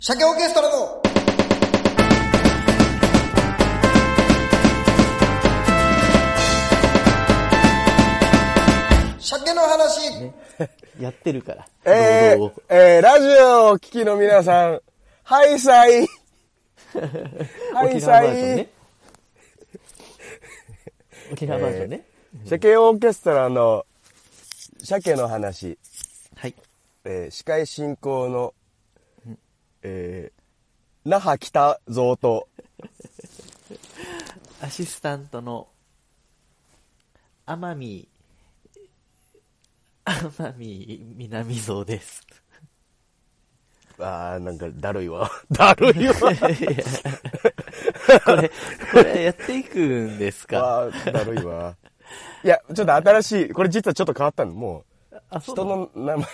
鮭オーケストラの鮭の話、 ね、やってるから。 ラジオをお聞きの皆さん、ハイサイハイサイ沖縄バージョンね。 鮭オーケストラの鮭の話。 はい。 司会進行の、那覇北蔵と、 アシスタントの奄美南蔵です。 なんかだるいわ。だるいわ。 これやっていくんですか。 だるいわ。いや、ちょっと新しい、これ実はちょっと変わったの。もう、人の名前、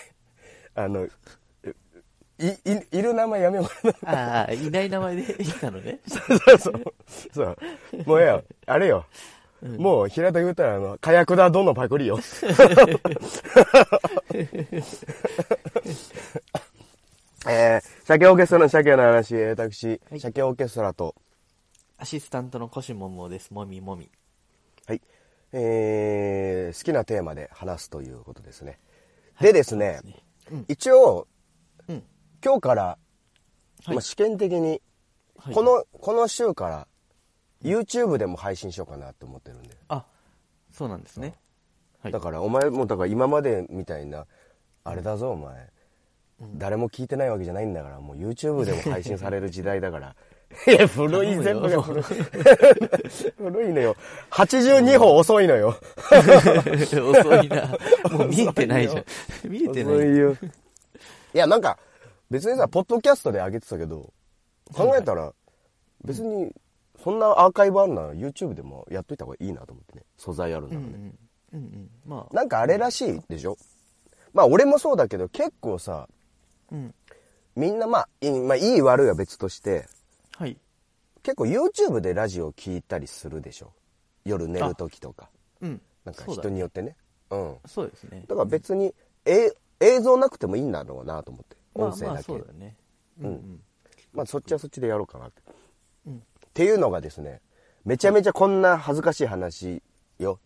いる名前やめよう。 いない名前でいたのね。 そう。もうあれよ。もう平田言うたら火薬だどのパクリよ。鮭オーケストラの鮭の話、私、 はい、 鮭オーケストラとアシスタントのコシモモです。もみもみ。 はい。好きなテーマで話すということですね。はい、でですね、一応、今日から、試験的に、この週から、YouTube でも配信しようかなと思ってるんで。 そうなんですね。 はい、だからお前も今までみたいな、あれだぞお前、誰も聞いてないわけじゃないんだから、もう YouTube でも配信される時代だから。いや、古い、全部が古い。古いのよ。82歩遅いのよ。 遅いな。もう見えてないじゃん。見えてない。遅いよ。 いや、なんか、別にさ、ポッドキャストで上げてたけど、考えたら、別に、そんなアーカイブあるなら YouTube でもやっといた方がいいなと思ってね。素材あるんだからね。なんかあれらしいでしょ。まあ俺もそうだけど、結構さ、みんないい悪いは別として、 はい、 結構 YouTube でラジオ聞いたりするでしょ。夜寝る時とか。なんか人によってね。 そうですね。 だから別に、映像なくてもいいんだろうなと思って。音声だけ。 そうだね。 まあそっちはそっちでやろうかなって。っていうのがですね、めちゃめちゃこんな恥ずかしい話よ。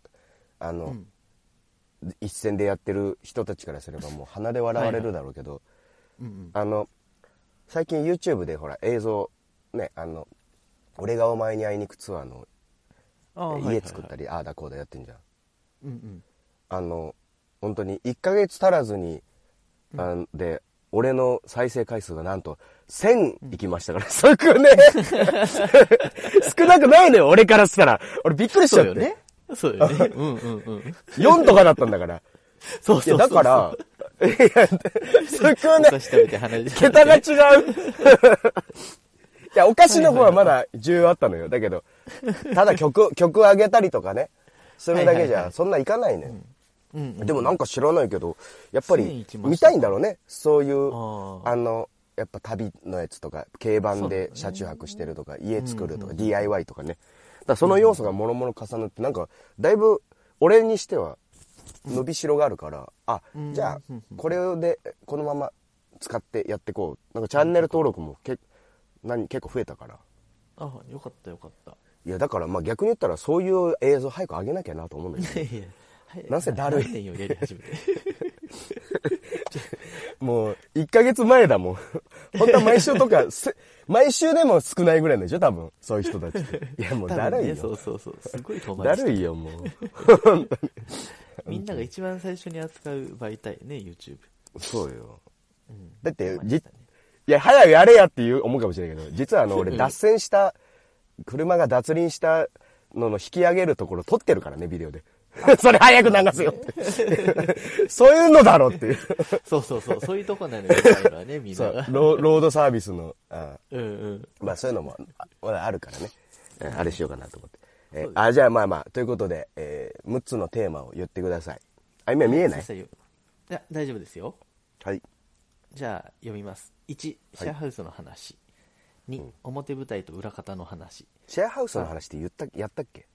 一線でやってる人たちからすればもう鼻で笑われるだろうけど、最近 YouTube でほら映像ね、俺がお前に会いに行くツアーの家作ったり、ああだこうだやってんじゃん。本当に1ヶ月足らずに、で俺の再生回数がなんと1000いきましたから、少なくないのよ、俺からしたら。俺びっくりしちゃって。 そうよね。 4とかだったんだから。 そう。 だから、少ない。桁が違う。いや、お菓子の方はまだ10あったのよ。だけど、ただ曲上げたりとかね、するだけじゃ、そんないかないのよ。でもなんか知らないけど、やっぱり見たいんだろうね。そういう、やっぱ旅のやつとか、軽バンで車中泊してるとか、家作るとか、DIY とかね。だからその要素がもろもろ重なって、なんか、だいぶ、俺にしては、伸びしろがあるから、じゃあ、これで、このまま使ってやっていこう。なんかチャンネル登録も結構増えたから。 よかった。 いや、だからまあ逆に言ったら、そういう映像早く上げなきゃなと思うんだけど。なんせだるい。もう、1ヶ月前だもん。本当は毎週とか、毎週でも少ないぐらいなんでしょ多分。そういう人たちって。いや、もうだるいよ。 そう。すごい遠回だるいよ、もう。本当に。 みんなが一番最初に扱う媒体ね、YouTube。 そうよ。だって、いや、早くやれやって思うかもしれないけど、実は俺、脱線した、車が脱輪したのの引き上げるところ撮ってるからね、ビデオで。それ早く流すよって。そういうのだろっていう。 そういうとこなのよ、ね、みんなが。 ロードサービスの、まあそういうのもあるからね。あれしようかなと思って。じゃあまあ、ということで、6つのテーマを言ってください。今見えない？ いや、大丈夫ですよ。 はい。 じゃあ、読みます。1、シェアハウスの話。2、表舞台と裏方の話。 シェアハウスの話ってやったっけ？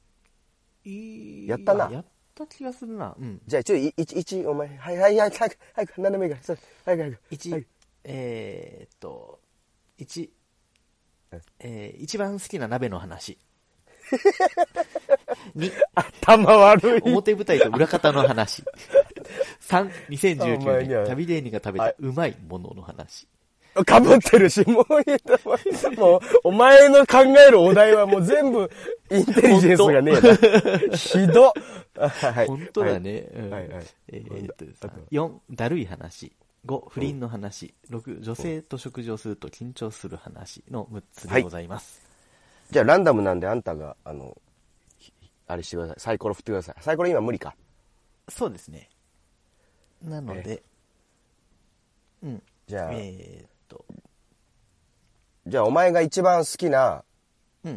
やったな。やった気がするな。 じゃあ、1、お前、はい、早く、何でもいいから、早く。 1、 1、一番好きな鍋の話。2、 頭悪い。 表舞台と裏方の話。3、2019 お前には年、旅芸人が食べたうまいものの話。 かぶってるし、もうもう、お前の考えるお題はもう全部、インテリジェンスがねえな。ひどっ。はい、 本当だね。 はいはい。 4、だるい話。5、不倫の話。6、女性と食事をすると緊張する話の6つでございます。 じゃあランダムなんであんたが、あれしてください。サイコロ振ってください。サイコロ今無理か。 そうですね。なので、うん。 じゃあ、じゃあお前が一番好きな、 うん。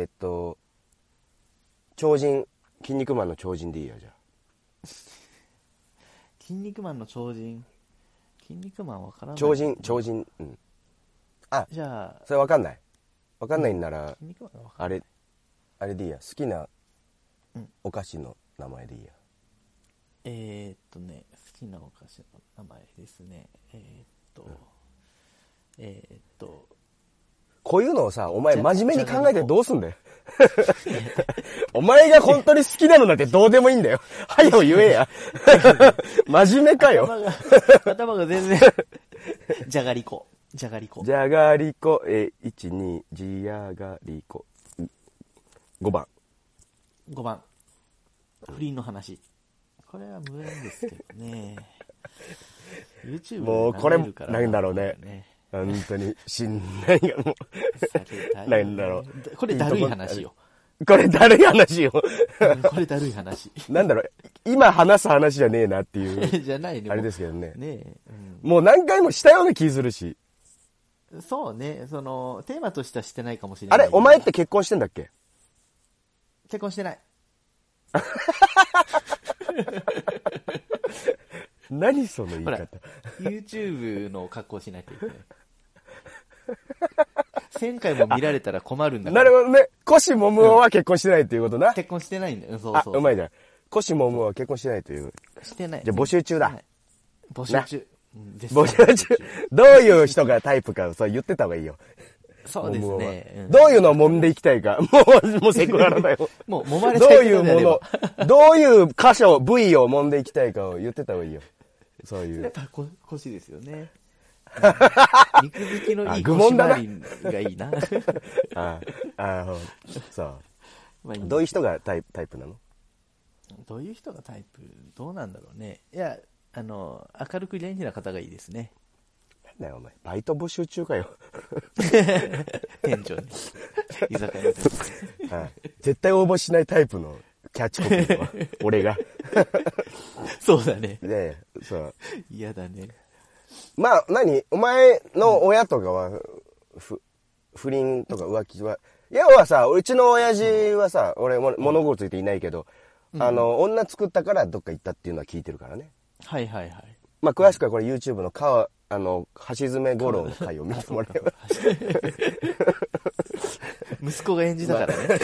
超人、筋肉マンの超人でいいよ、じゃあ。 筋肉マンの超人。筋肉マンわからない。 超人、うん。あ、 じゃあ、 それわかんない。わかんないんなら、 筋肉マンわかんない。 あれでいいや。好きなうんお菓子の名前でいいや。 好きなお菓子の名前ですね。 こういうのをさ、お前真面目に考えてどうすんだよ。お前が本当に好きなのなんてどうでもいいんだよ。はよ言えや。真面目かよ。 頭が全然。じゃがりこ。 じゃがりこ、1、2、じやがりこ。5番。 5番。不倫の話。これは無縁ですけどね。YouTube もうこれ、 で流るからなんだろうね。本当に、しんないがもう。なんだろう。 これだるい話よ。 これだるい話よ。 これだるい話。 なんだろう。今話す話じゃねえなっていう。 じゃないね。 あれですけどね。 ねえ、 もう何回もしたような気するし。 そうね。テーマとしてはしてないかもしれない。 あれ、お前って結婚してんだっけ？ 結婚してない。 何その言い方。 YouTube の格好しないといけない。1000回も見られたら困るんだから。 なるほどね。コシモムオは結婚してないっていうことな。 結婚してないんだよ。そうそう。 うまいじゃん。コシモムオは結婚してないという。 してない。 じゃあ募集中だ。 募集中。 募集中。どういう人がタイプか、そう言ってた方がいいよ。 そうですね。 どういうのを揉んでいきたいか。もうセクハラだよ。 もう揉まれたい。 どういうもの、どういう箇所、部位を揉んでいきたいかを言ってた方がいいよ。そういう。 やっぱ腰ですよね。肉付きのいい腰回りがいいな。 そう。どういう人がタイプなの？ どういう人がタイプ？どうなんだろうね。いや、明るく元気な方がいいですね。 なんだよお前、バイト募集中かよ。 店長に。居酒屋の店長。 絶対応募しないタイプのキャッチコピーは俺が。 そうだね。 そう。 嫌だね。 まあ、お前の親とかは、不倫とか浮気は、要はさ、うちの親父はさ、俺物心ついていないけど、女作ったからどっか行ったっていうのは聞いてるからね。 はいはいはい。 まあ、詳しくはこれ YouTube の橋詰五郎の回を見てもらえば。 息子が演じたからね。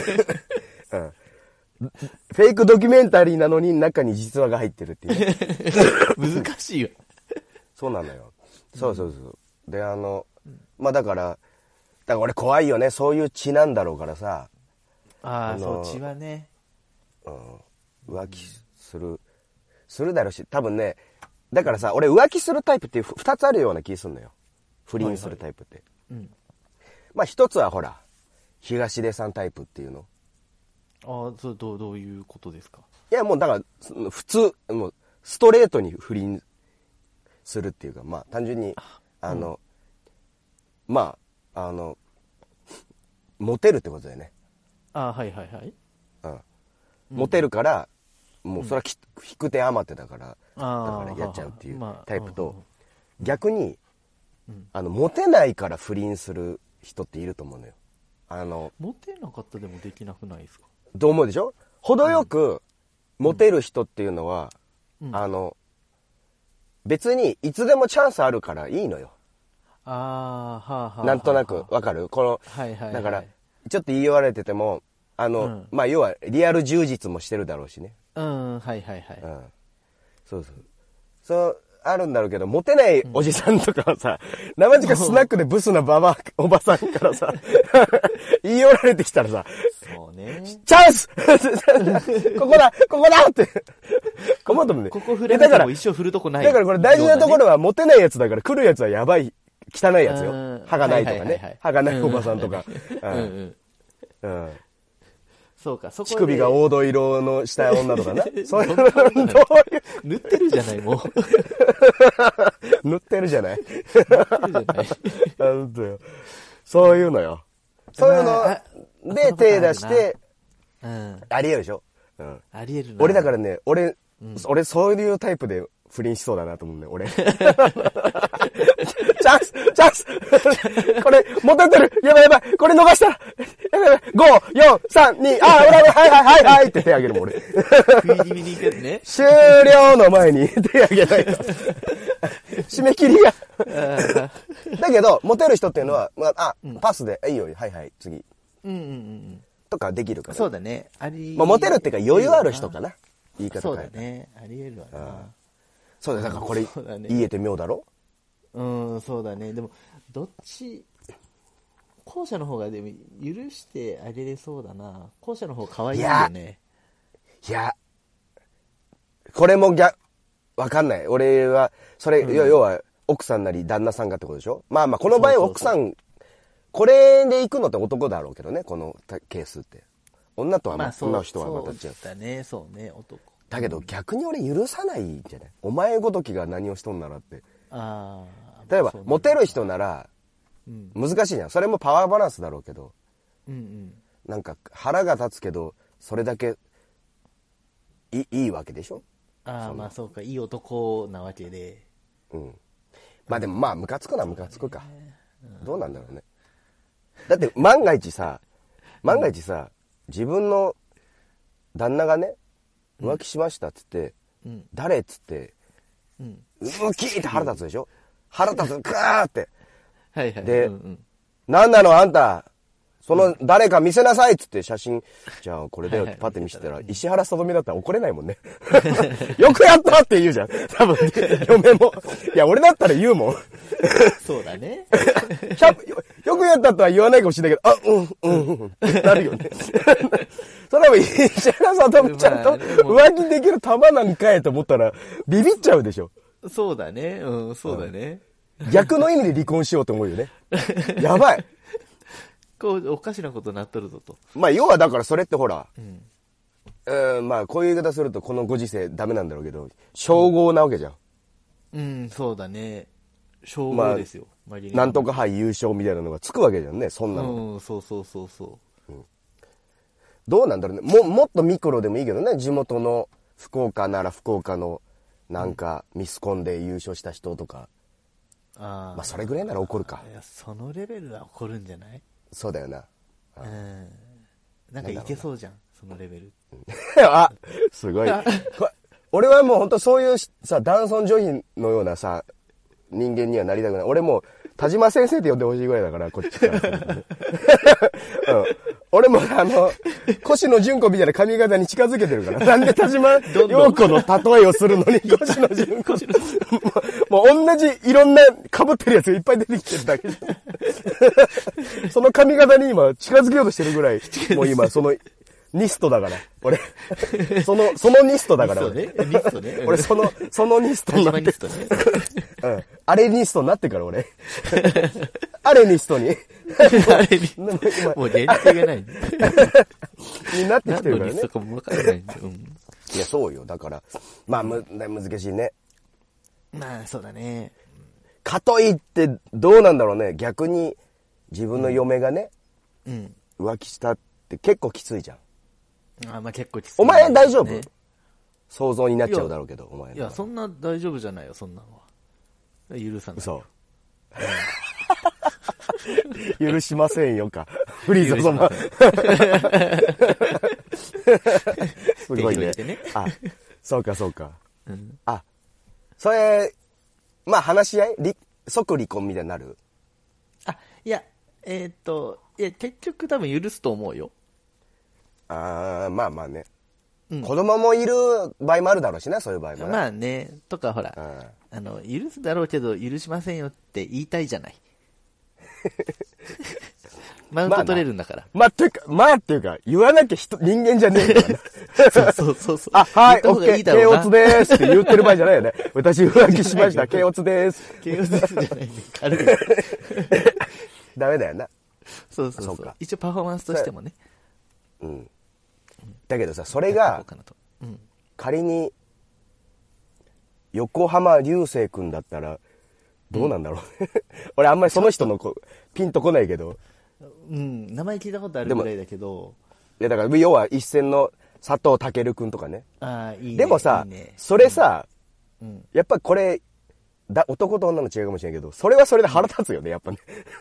フェイクドキュメンタリーなのに中に実話が入ってるっていう。 難しいよ。 そうなのよ。そうそうそう。で、まあだから俺怖いよね。そういう血なんだろうからさ。 そう、血はね。 浮気するだろうし、多分ね、だからさ、俺浮気するタイプって2つあるような気するのよ。不倫するタイプって。まあ一つはほら、東出さんタイプっていうの。 それどういうことですか？ いやもうだから普通、もうストレートに不倫するっていうか、まあ単純にまあモテるってことだよね。 はいはいはい。 モテるから、もうそれは引く手余ってだからやっちゃうっていうタイプと、逆にモテないから不倫する人っていると思うのよ。 モテなかったでもできなくないですか？ と思うでしょ？程よくモテる人っていうのは、別にいつでもチャンスあるからいいのよ。なんとなくわかる？だからちょっと言い割れててもまあ要はリアル充実もしてるだろうしね。 はいはいはい。 そうそう。そうあるんだろうけど、モテないおじさんとかはさ、生地かスナックでブスなおばさんからさ、言い寄られてきたらさ、 そうね。 チャンスここだって。困ったもんね。 ここ振られても一生振るとこない。 だからこれ大事なところはモテないやつだから、来るやつはやばい、汚いやつよ。歯がないとかね。歯がないおばさんとか。 そうか、そこで。 乳首が黄土色のした女とかな。そういうの、 塗ってるじゃない、もう。 塗ってるじゃない。 塗ってるじゃない。 本当よ。そういうのよ。そういうので手出して、ありえるでしょ。 ありえるな。 俺だからね、俺そういうタイプで不倫しそうだなと思うね、俺。チャンスこれ、モテてるやばいこれ逃したらやばい !5、4、3、2、はいって手あげるもん、俺。 食い気味にいけるね。 終了の前に手あげないと。締め切りが。だけど、モテる人っていうのは、パスで、いいよ、はい、次。とかできるから。 そうだね。 モテるっていうか余裕ある人かな。言い方そうだね。ありえるわな。 そうだ、だからこれ、言えて妙だろ？ そうだね。でも、どっち、後者の方がでも許してあげれそうだな。後者の方可愛いよね。 いや、これもわかんない。俺は、それ、要は、奥さんなり旦那さんがってことでしょ？まあこの場合奥さん、これで行くのって男だろうけどね、このケースって。女とはそんな人はまた違う。 そうだね、そうね、男。 だけど逆に俺許さないんじゃない？お前ごときが何をしとんならって。例えば、モテる人なら、難しいじゃん。それもパワーバランスだろうけど。なんか腹が立つけど、それだけいいわけでしょ？ そうか、いい男なわけで。 でもムカつくな、ムカつくか。どうなんだろうね。だって万が一さ、自分の旦那がね、浮気しましたっつって、誰っつって、キーって腹立つでしょ？腹立つ、グーって。で、なんなのあんた、その誰か見せなさいっつって写真、じゃあこれだよってパッて見せたら、石原さとみだったら怒れないもんね。よくやったって言うじゃん。多分、嫁も。いや、俺だったら言うもん。 そうだね。 よくやったとは言わないかもしれないけど、ってなるよね。それは石原さとみちゃんと浮気できる玉なんかいと思ったら、ビビっちゃうでしょ。 そうだね。そうだね。 逆の意味で離婚しようと思うよね。やばい。 おかしなことになっとるぞと。 要はだからそれってほら、こういう言い方するとこのご時世ダメなんだろうけど、称号なわけじゃん。 そうだね。称号ですよ。 なんとか杯優勝みたいなのがつくわけじゃんね、そんなの。 そう。 どうなんだろうね。もっとミクロでもいいけどね、地元の福岡なら福岡のなんかミスコンで優勝した人とか。それぐらいなら怒るか。 いや、そのレベルは怒るんじゃない？ そうだよな。 なんかいけそうじゃん、そのレベル。 すごい。俺はもう本当そういうさ、男尊女卑のようなさ、人間にはなりたくない。俺もう、田島先生って呼んでほしいぐらいだから、こっちから。俺も越野純子みたいな髪型に近づけてるから。なんで田島陽子の例えをするのに、越野純子。もう同じいろんな被ってるやつがいっぱい出てきてるだけじゃん。その髪型に今近づけようとしてるぐらい、もう今その、ニストだから、俺。そのニストだから、俺。 ニストね。 俺、そのニストになって。アレニストになってから、俺。アレニストに。 もう限定がない。 になってきてるからね。 何のニストかも分からないんだよ。 いや、そうよ。だから、難しいね。 そうだね。 かといって、どうなんだろうね。逆に、自分の嫁がね、浮気したって結構きついじゃん。 結構きつい。 お前大丈夫？想像になっちゃうだろうけど、お前。 いや、そんな大丈夫じゃないよ、そんなのは。許さない。 そう。許しませんよか。フリーザ様。すごいね。そうか。それ、話し合い即離婚みたいになる？ いや、結局多分許すと思うよ。 ね。 子供もいる場合もあるだろうしな、そういう場合もね。 まあね、とかほら、許すだろうけど許しませんよって言いたいじゃない。マウント取れるんだから。 まあっていうか、言わなきゃ人間じゃねえからそう。 あ、はい、オッケー、 言った方がいいだろうな軽率ですって言ってる場合じゃないよね。私浮気しました、軽率です。 軽率ですじゃないね。軽い。 ダメだよな。 そう一応パフォーマンスとしてもね。 うん。だけどさ、それが、仮に、横浜流星くんだったら、どうなんだろう。俺あんまりその人のピンとこないけど。 名前聞いたことあるぐらいだけど。 いや、だから要は一線の佐藤健くんとかね。 いいね。 でもさ、それさ、やっぱこれ、男と女の違いかもしれないけど、それはそれで腹立つよね、やっぱね。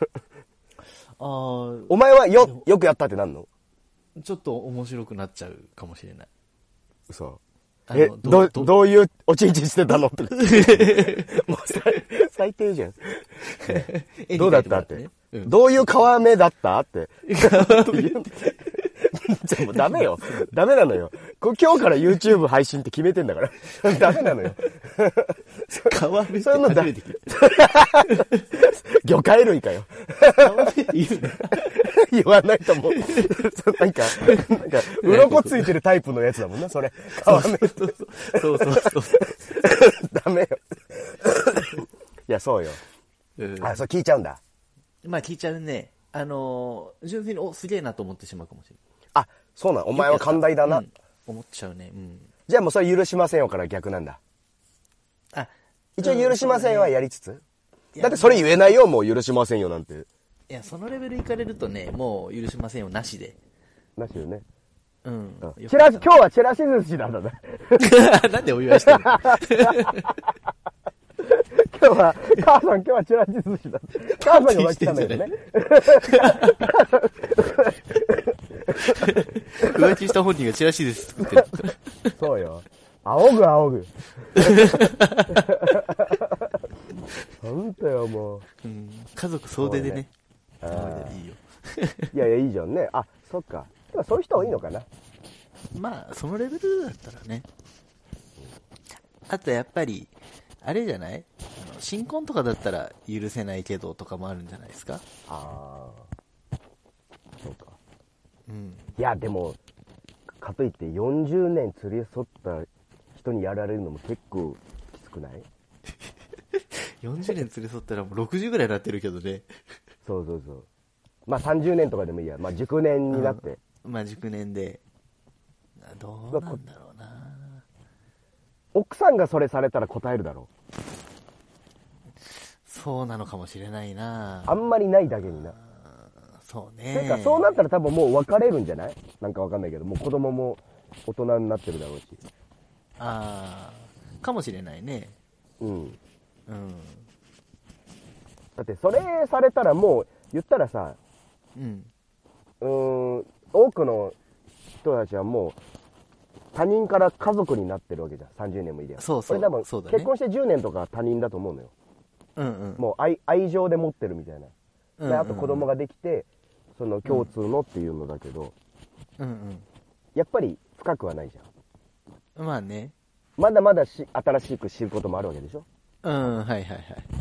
お前はよくやったってなんの？ ちょっと面白くなっちゃうかもしれない。 嘘。どういうおちんちんしてたのって。もう最低じゃん。どうだったって。どういう皮目だったって。じゃあもうダメよ。ダメなのよ。今日から YouTube 配信って決めてんだから。ダメなのよ。 皮目って初めて聞いた。 魚介類かよ。 皮目って言うね。 言わないと思う。なんか、鱗ついてるタイプのやつだもんな、それ。皮目。 そう。 ダメよ。いや、そうよ。そう聞いちゃうんだ。 まあ聞いちゃうね。純粋に、すげえなと思ってしまうかもしれない。 あ、そうなん。お前は寛大だな。 思っちゃうね。 じゃあもうそれ許しませんよから逆なんだ。一応許しませんよはやりつつ。だってそれ言えないよ、もう許しませんよなんて。 いや、そのレベルいかれるとね、もう許しませんよ、なしで。 なしよね。 今日はチラシ寿司なんだね。 なんでお祝いしてるの？ 母さん今日はチラシ寿司だ。母さんが浮気したんだよね。 浮気した本人がチラシ寿司作ってる。 そうよ。仰ぐ。本当よ、もう。 家族総出でね。いいよ。 いや、いいじゃんね。あ、そっか。そういう人多いのかな。 まあ、そのレベルだったらね。あとやっぱり、あれじゃない？新婚とかだったら許せないけどとかもあるんじゃないですか？ そうか。いや、でも、かといって40年連れ添った人にやられるのも結構きつくない？ 40年連れ添ったらもう60ぐらいになってるけどね。 そう。まあ30年とかでもいいや。まあ熟年になって。 まあ熟年で。どうなんだろうな。 奥さんがそれされたら答えるだろう。 そうなのかもしれないな。 あんまりないだけにな。 そうね。 なんかそうなったら多分もう別れるんじゃない？なんかわかんないけど、もう子供も大人になってるだろうし。 かもしれないね。 だってそれされたらもう言ったらさ、多くの人たちはもう他人から家族になってるわけじゃん。30年もいりゃ。 そう。 これ多分、 そうだね、 結婚して10年とか他人だと思うのよ。もう愛情で持ってるみたいな。であと子供ができて、その共通のっていうのだけど、やっぱり深くはないじゃん。 まあね。 まだまだ新しく知ることもあるわけでしょ。 はい。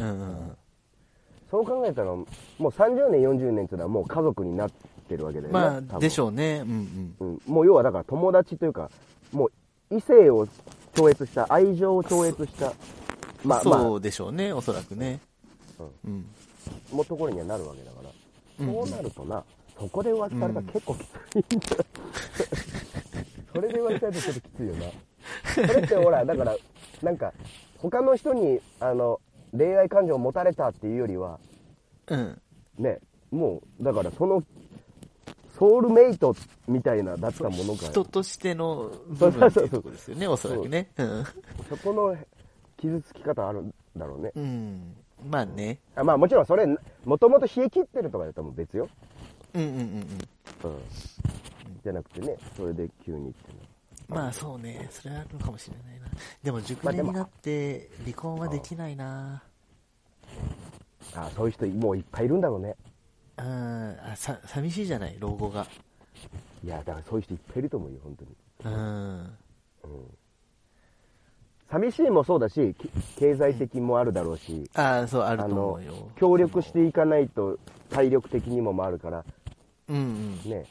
そう考えたら、もう30年、40年っていうのはもう家族になってるわけだよね。 まあ、でしょうね。 もう要はだから友達というか、もう異性を超越した、愛情を超越した、 そうでしょうね、おそらくね。 もうところにはなるわけだから。そうなるとな、そこで浮気されたら結構きついんだよ。それで浮気されたらちょっときついよな。それってほら、だから、なんか、他の人に、恋愛感情を持たれたっていうよりは、ね、もう、だからその、ソウルメイトみたいなだったものが。 人としての部分っていうところですよね、おそらくね。 そこの傷つき方あるんだろうね。 まあね。 まあもちろんそれ、もともと冷え切ってるとかだったらもう別よ。じゃなくてね、それで急にってね。 まあそうね、それはあるのかもしれないな。でも熟年になって離婚はできないな。 そういう人もういっぱいいるんだろうね。 寂しいじゃない、老後が。 いや、だからそういう人いっぱいいると思うよ、本当に。寂しいもそうだし、経済的もあるだろうし、 あると思うよ。 協力していかないと体力的にもあるから、ね、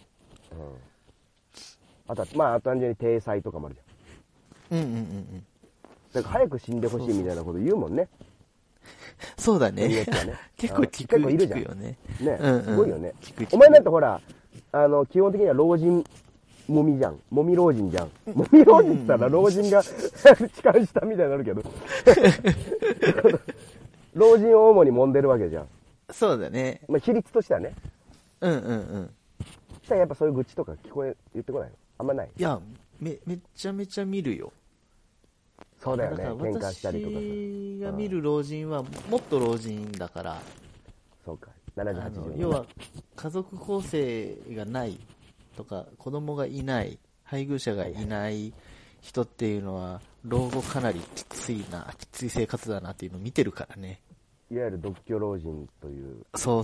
あとは、単純に体裁とかもあるじゃん。だから早く死んでほしいみたいなこと言うもんね。 そうだね。結構聞くいるじゃん。 よね。 ね、すごいよね。お前なんてほら、基本的には老人もみじゃん。もみ老人じゃん。もみ老人って言ったら老人が痴漢したみたいになるけど。老人を主に揉んでるわけじゃん。 そうだね。 比率としてはね。 そしたらやっぱそういう愚痴とか言ってこないの？あんまない？ いや、めっちゃめちゃ見るよ。 そうだよね。喧嘩したりとかさ。 私が見る老人はもっと老人だから。 そうか。70、80。 要は家族構成がないとか子供がいない配偶者がいない人っていうのは老後かなりきつい生活だなっていうのを見てるからね。 いわゆる独居老人という、ね、 そう、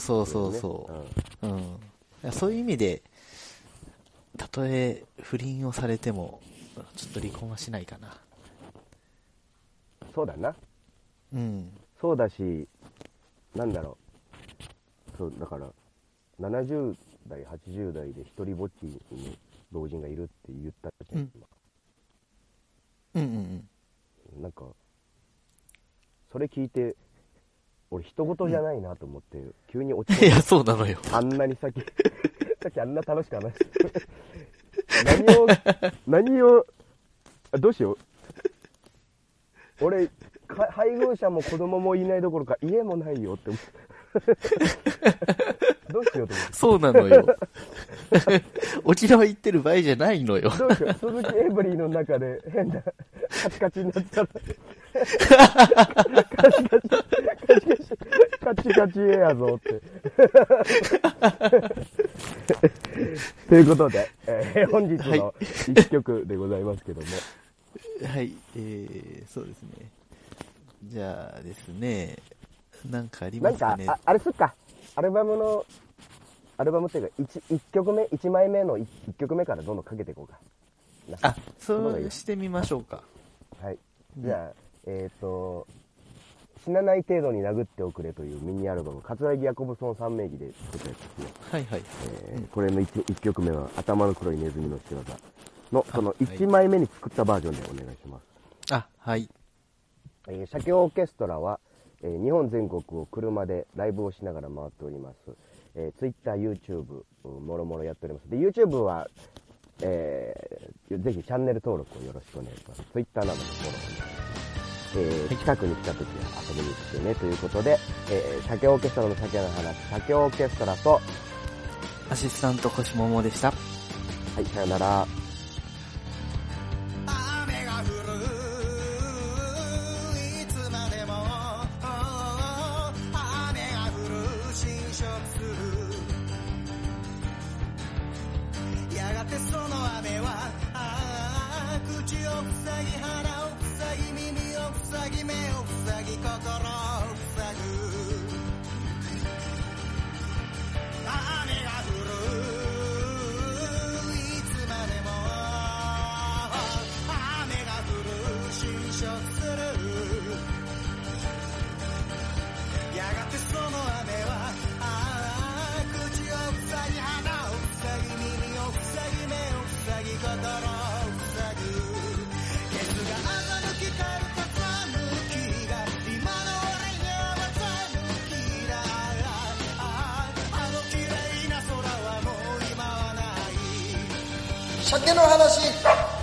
そういう意味でたとえ不倫をされてもちょっと離婚はしないかな。 そうだな。そうだし、なんだろう。そうだから70代80代で一人ぼっちの老人がいるって言ったじゃん。なんかそれ聞いて俺人事じゃないなと思って急に落ち込んで。 いやそうなのよ。 あんなにさっきあんな楽しく話して何をどうしよう。俺配偶者も子供もいないどころか家もないよって思ってどうしようと思って。 そうなのよ。沖縄行ってる場合じゃないのよ。 どうしよう。鈴木エブリーの中で変なカチカチになったらカチカチやぞってということで、本日の一曲でございますけども、 はい、そうですね。じゃあですね、なんかありますかね。 あれすっか。アルバムっていうか1曲目、1枚目の1曲目からどんどんかけていこうか。 そうしてみましょうか。 はい。じゃあ、死なない程度に殴っておくれというミニアルバム、桂木ヤコブソン3名義で作ったやつですね。 はいはい。 これの 1曲目は頭の黒いネズミの仕業のその1枚目に作ったバージョンでお願いします。 はい。 写経オーケストラは、日本全国を車でライブをしながら回っております。Twitter、YouTube、もろもろやっております。で、YouTube は、ぜひチャンネル登録をよろしくお願いします。Twitter などもフォローお願いします。近くに来た時は遊びに来てねということで、写経オーケストラの鮭の話、写経オーケストラとアシスタント星桃でした。 はい、さよなら。 その雨は口を塞ぎ鼻を塞ぎ耳を塞ぎ目を塞ぎ心を塞ぐ雨が降るいつまでも雨が降る侵食するやがてその雨は口を塞ぎ鼻を塞ぎ耳を塞ぎ目を塞ぎ心を塞ぐケツが欺きかる風向きが今の俺には風向きだあの綺麗な空はもう今はない鮭の話。